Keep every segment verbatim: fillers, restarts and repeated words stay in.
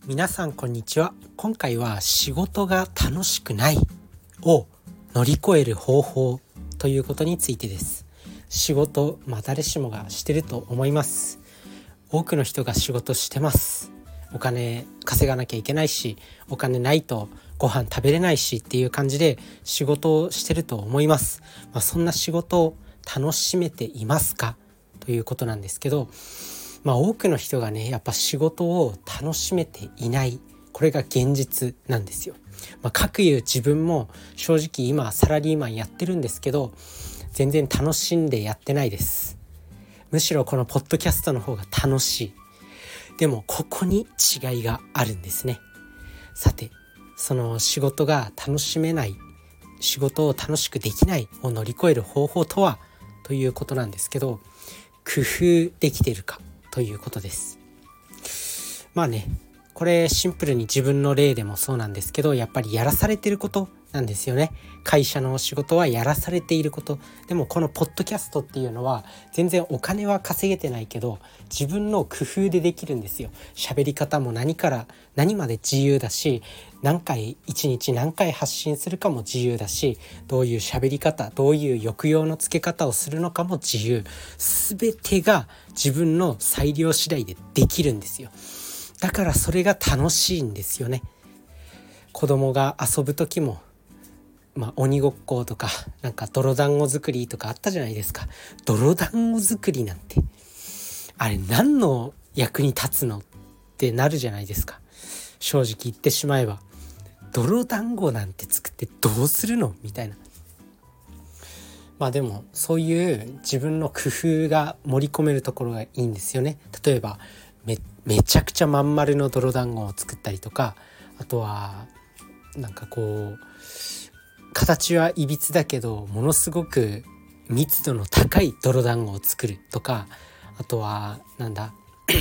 皆さんこんにちは。今回は仕事が楽しくないを乗り越える方法ということについてです。仕事、まあ誰しもがしてると思います。多くの人が仕事してます。お金稼がなきゃいけないし、お金ないとご飯食べれないしっていう感じで仕事をしてると思います。まあ、そんな仕事を楽しめていますかということなんですけど、まあ、多くの人がねやっぱ仕事を楽しめていない、これが現実なんですよ。まあ、かくいう自分も正直今サラリーマンやってるんですけど、全然楽しんでやってないです。むしろこのポッドキャストの方が楽しい。でもここに違いがあるんですね。さて、その仕事が楽しめない、仕事を楽しくできないを乗り越える方法とはということなんですけど、工夫できているかということです。まあね、これシンプルに自分の例でもそうなんですけど、やっぱりやらされていることなんですよね。会社の仕事はやらされていること。でもこのポッドキャストっていうのは全然お金は稼げてないけど、自分の工夫でできるんですよ。喋り方も何から何まで自由だし、何回一日何回発信するかも自由だし、どういう喋り方、どういう抑揚のつけ方をするのかも自由。全てが自分の裁量次第でできるんですよ。だからそれが楽しいんですよね。子供が遊ぶ時も、まあ、鬼ごっことかなんか泥団子作りとかあったじゃないですか。泥団子作りなんてあれ何の役に立つのってなるじゃないですか。正直言ってしまえば、泥団子なんて作ってどうするのみたいな。まあでもそういう自分の工夫が盛り込めるところがいいんですよね。例えば め, めちゃくちゃまん丸の泥団子を作ったりとか、あとはなんかこう形はいびつだけどものすごく密度の高い泥団子を作るとか、あとはなんだ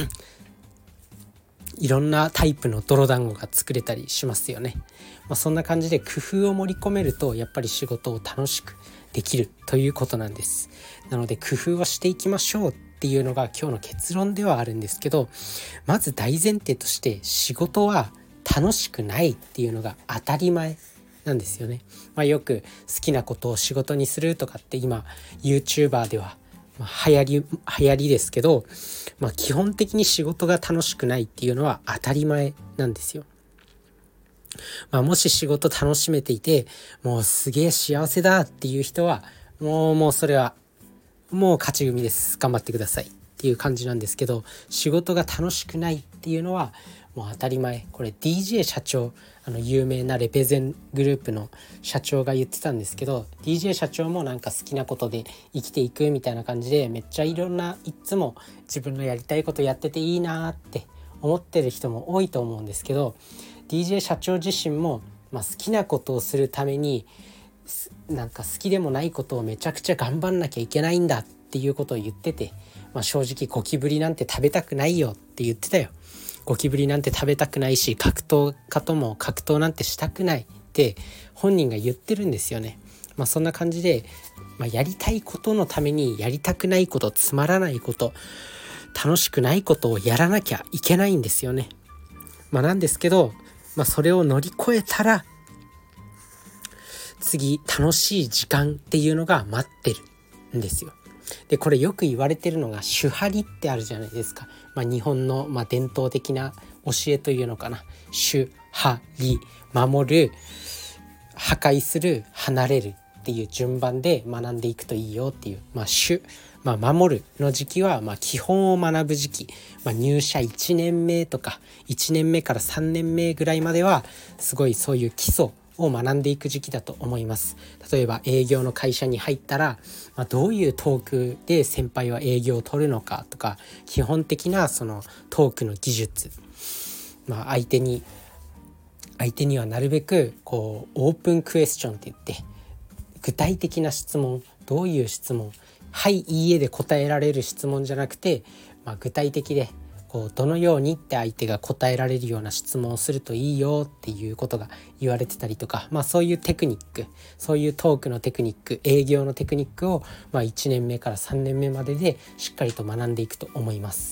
いろんなタイプの泥団子が作れたりしますよね。まあ、そんな感じで工夫を盛り込めるとやっぱり仕事を楽しくできるということなんです。なので工夫をしていきましょうっていうのが今日の結論ではあるんですけど、まず大前提として仕事は楽しくないっていうのが当たり前なんですよね。まあ、よく好きなことを仕事にするとかって今 YouTuber ではまあ流行り流行りですけど、まあ、基本的に仕事が楽しくないっていうのは当たり前なんですよ。まあ、もし仕事楽しめていてもうすげえ幸せだっていう人はもうもうそれはもう勝ち組です。頑張ってくださいっていう感じなんですけど、仕事が楽しくないっていうのはもう当たり前。これ ディージェー 社長、あの有名なレペゼングループの社長が言ってたんですけど、 ディージェー 社長もなんか好きなことで生きていくみたいな感じで、めっちゃいろんないつも自分のやりたいことやってていいなって思ってる人も多いと思うんですけど、 ディージェー 社長自身も、まあ、好きなことをするためになんか好きでもないことをめちゃくちゃ頑張んなきゃいけないんだっていうことを言ってて、まあ、正直ゴキブリなんて食べたくないよって言ってたよ。ゴキブリなんて食べたくないし、格闘家とも格闘なんてしたくないって本人が言ってるんですよね。まあ、そんな感じで、まあ、やりたいことのためにやりたくないこと、つまらないこと、楽しくないことをやらなきゃいけないんですよね。まあ、なんですけど、まあ、それを乗り越えたら次楽しい時間っていうのが待ってるんですよ。でこれよく言われてるのが手張りってあるじゃないですか。まあ、日本のまあ伝統的な教えというのかな。手張り、守る、破壊する、離れるっていう順番で学んでいくといいよっていう、まあ、手、まあ、守るの時期はまあ基本を学ぶ時期、まあ、入社いちねんめとかいちねんめからさんねんめぐらいまではすごいそういう基礎を学んでいく時期だと思います。例えば営業の会社に入ったら、まあ、どういうトークで先輩は営業を取るのかとか、基本的なそのトークの技術、まあ、相手に相手にはなるべくこうオープンクエスチョンって言って具体的な質問、どういう質問、はいいいえで答えられる質問じゃなくて、まあ、具体的でこうどのようにって相手が答えられるような質問をするといいよっていうことが言われてたりとか、まあ、そういうテクニック、そういうトークのテクニック、営業のテクニックをまあいちねんめからさんねんめまででしっかりと学んでいくと思います。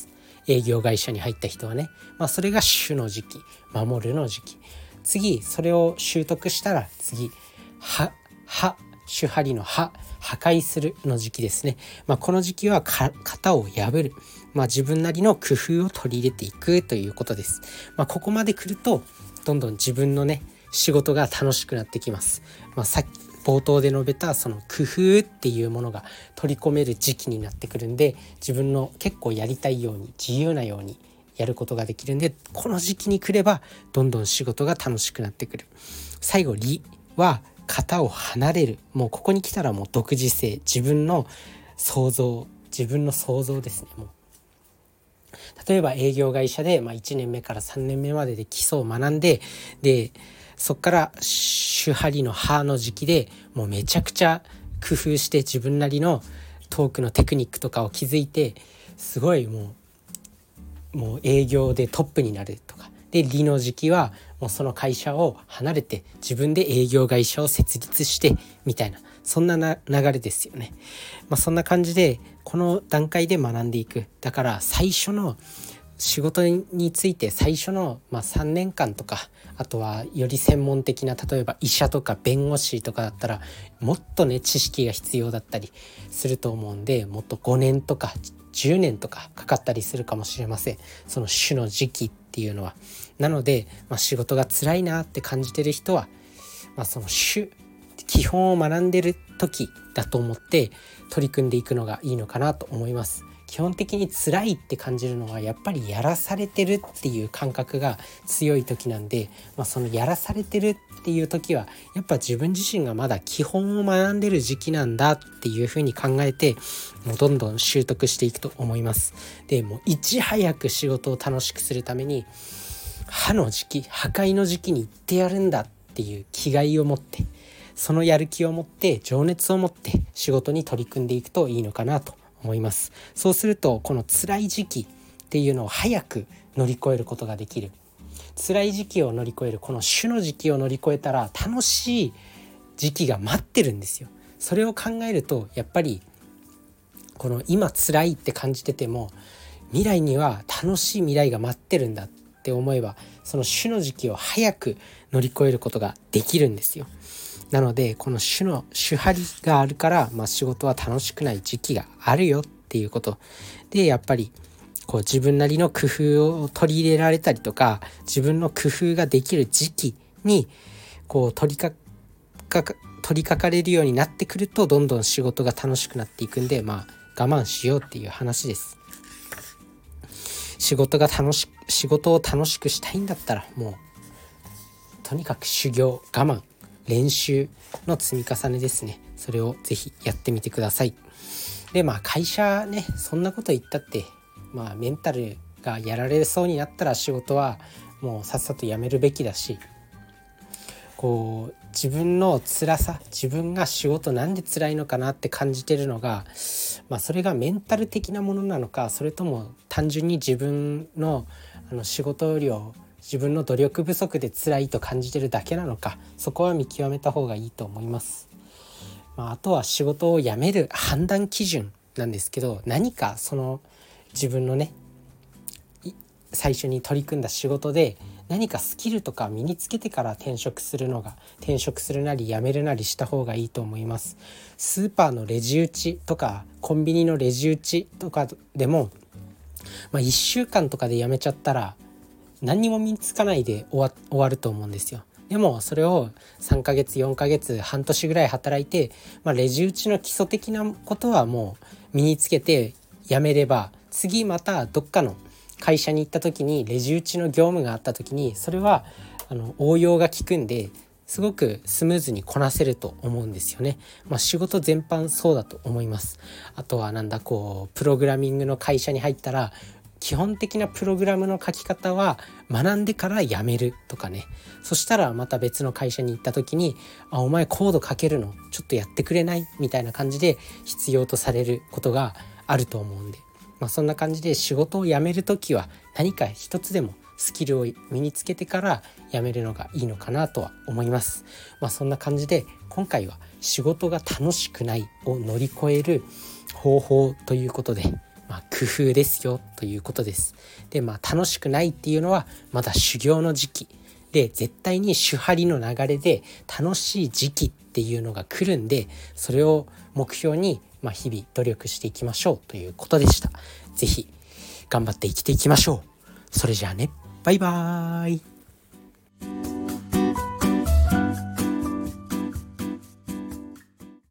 営業会社に入った人はね、まあ、それが主の時期、守るの時期。次それを習得したら次はは主張りのは破壊するの時期ですね。まあ、この時期はか型を破る、まあ、自分なりの工夫を取り入れていくということです。まあ、ここまで来るとどんどん自分のね仕事が楽しくなってきます。まあ、さっき冒頭で述べたその工夫っていうものが取り込める時期になってくるんで、自分の結構やりたいように自由なようにやることができるんで、この時期に来ればどんどん仕事が楽しくなってくる。最後理は型を離れる。もうここに来たらもう独自性、自分の想像自分の想像ですね。もう例えば営業会社で、まあ、いちねんめからさんねんめまでで基礎を学んで、でそこから主張りの歯の時期でもうめちゃくちゃ工夫して自分なりのトークのテクニックとかを築いて、すごいもうもう営業でトップになるとかで、理の時期はもうその会社を離れて自分で営業会社を設立してみたいな、そんなな流れですよね。まあ、そんな感じでこの段階で学んでいく。だから最初の仕事について最初のまあさんねんかんとか、あとはより専門的な例えば医者とか弁護士とかだったらもっとね知識が必要だったりすると思うんで、もっとごねんとかじゅうねんとかかかったりするかもしれません、その種の時期っていうのは。なので、まあ、仕事が辛いなって感じてる人は、まあ、その種基本を学んでる時だと思って取り組んでいくのがいいのかなと思います。基本的に辛いって感じるのはやっぱりやらされてるっていう感覚が強い時なんで、まあ、そのやらされてるっていう時はやっぱ自分自身がまだ基本を学んでる時期なんだっていうふうに考えて、もうどんどん習得していくと思います。でもういち早く仕事を楽しくするために歯の時期、破壊の時期に行ってやるんだっていう気概を持って、そのやる気を持って情熱を持って仕事に取り組んでいくといいのかなと思います。そうするとこの辛い時期っていうのを早く乗り越えることができる。辛い時期を乗り越える、この種の時期を乗り越えたら楽しい時期が待ってるんですよ。それを考えるとやっぱりこの今辛いって感じてても未来には楽しい未来が待ってるんだって思えば、その種の時期を早く乗り越えることができるんですよ。なのでこの種の主張りがあるから、まあ、仕事は楽しくない時期があるよっていうことで、やっぱりこう自分なりの工夫を取り入れられたりとか、自分の工夫ができる時期にこう取りかか取りかかれるようになってくると、どんどん仕事が楽しくなっていくんで、まあ我慢しようっていう話です。仕事が楽し仕事を楽しくしたいんだったら、もうとにかく修行、我慢、練習の積み重ねですね。それをぜひやってみてください。でまあ会社ね、そんなこと言ったってまあメンタルがやられそうになったら仕事はもうさっさと辞めるべきだし、こう自分の辛さ、自分が仕事なんで辛いのかなって感じてるのが、まあ、それがメンタル的なものなのか、それとも単純に自分のあの仕事量、自分の努力不足で辛いと感じてるだけなのか、そこは見極めた方がいいと思います。まあ、あとは仕事を辞める判断基準なんですけど、何かその自分のね最初に取り組んだ仕事で何かスキルとか身につけてから転職するのが転職するなり辞めるなりした方がいいと思います。スーパーのレジ打ちとかコンビニのレジ打ちとかでも、まあ、いっしゅうかんとかで辞めちゃったら何にも身につかないで終わ、終わると思うんですよ。でもそれをさんかげつよんかげつ半年ぐらい働いて、まあ、レジ打ちの基礎的なことはもう身につけて辞めれば、次またどっかの会社に行った時にレジ打ちの業務があった時にそれはあの応用が効くんですごくスムーズにこなせると思うんですよね。まあ、仕事全般そうだと思います。あとはなんだこうプログラミングの会社に入ったら基本的なプログラムの書き方は学んでからやめるとかね。そしたらまた別の会社に行った時に、あ、お前コード書けるのちょっとやってくれないみたいな感じで必要とされることがあると思うんで、まあ、そんな感じで仕事を辞めるときは何か一つでもスキルを身につけてから辞めるのがいいのかなとは思います。まあ、そんな感じで今回は仕事が楽しくないを乗り越える方法ということでまあ、工夫ですよということです。で、まあ、楽しくないっていうのはまだ修行の時期で、絶対に手張りの流れで楽しい時期っていうのが来るんで、それを目標に、まあ、日々努力していきましょうということでした。ぜひ頑張って生きていきましょう。それじゃあね、バイバーイ。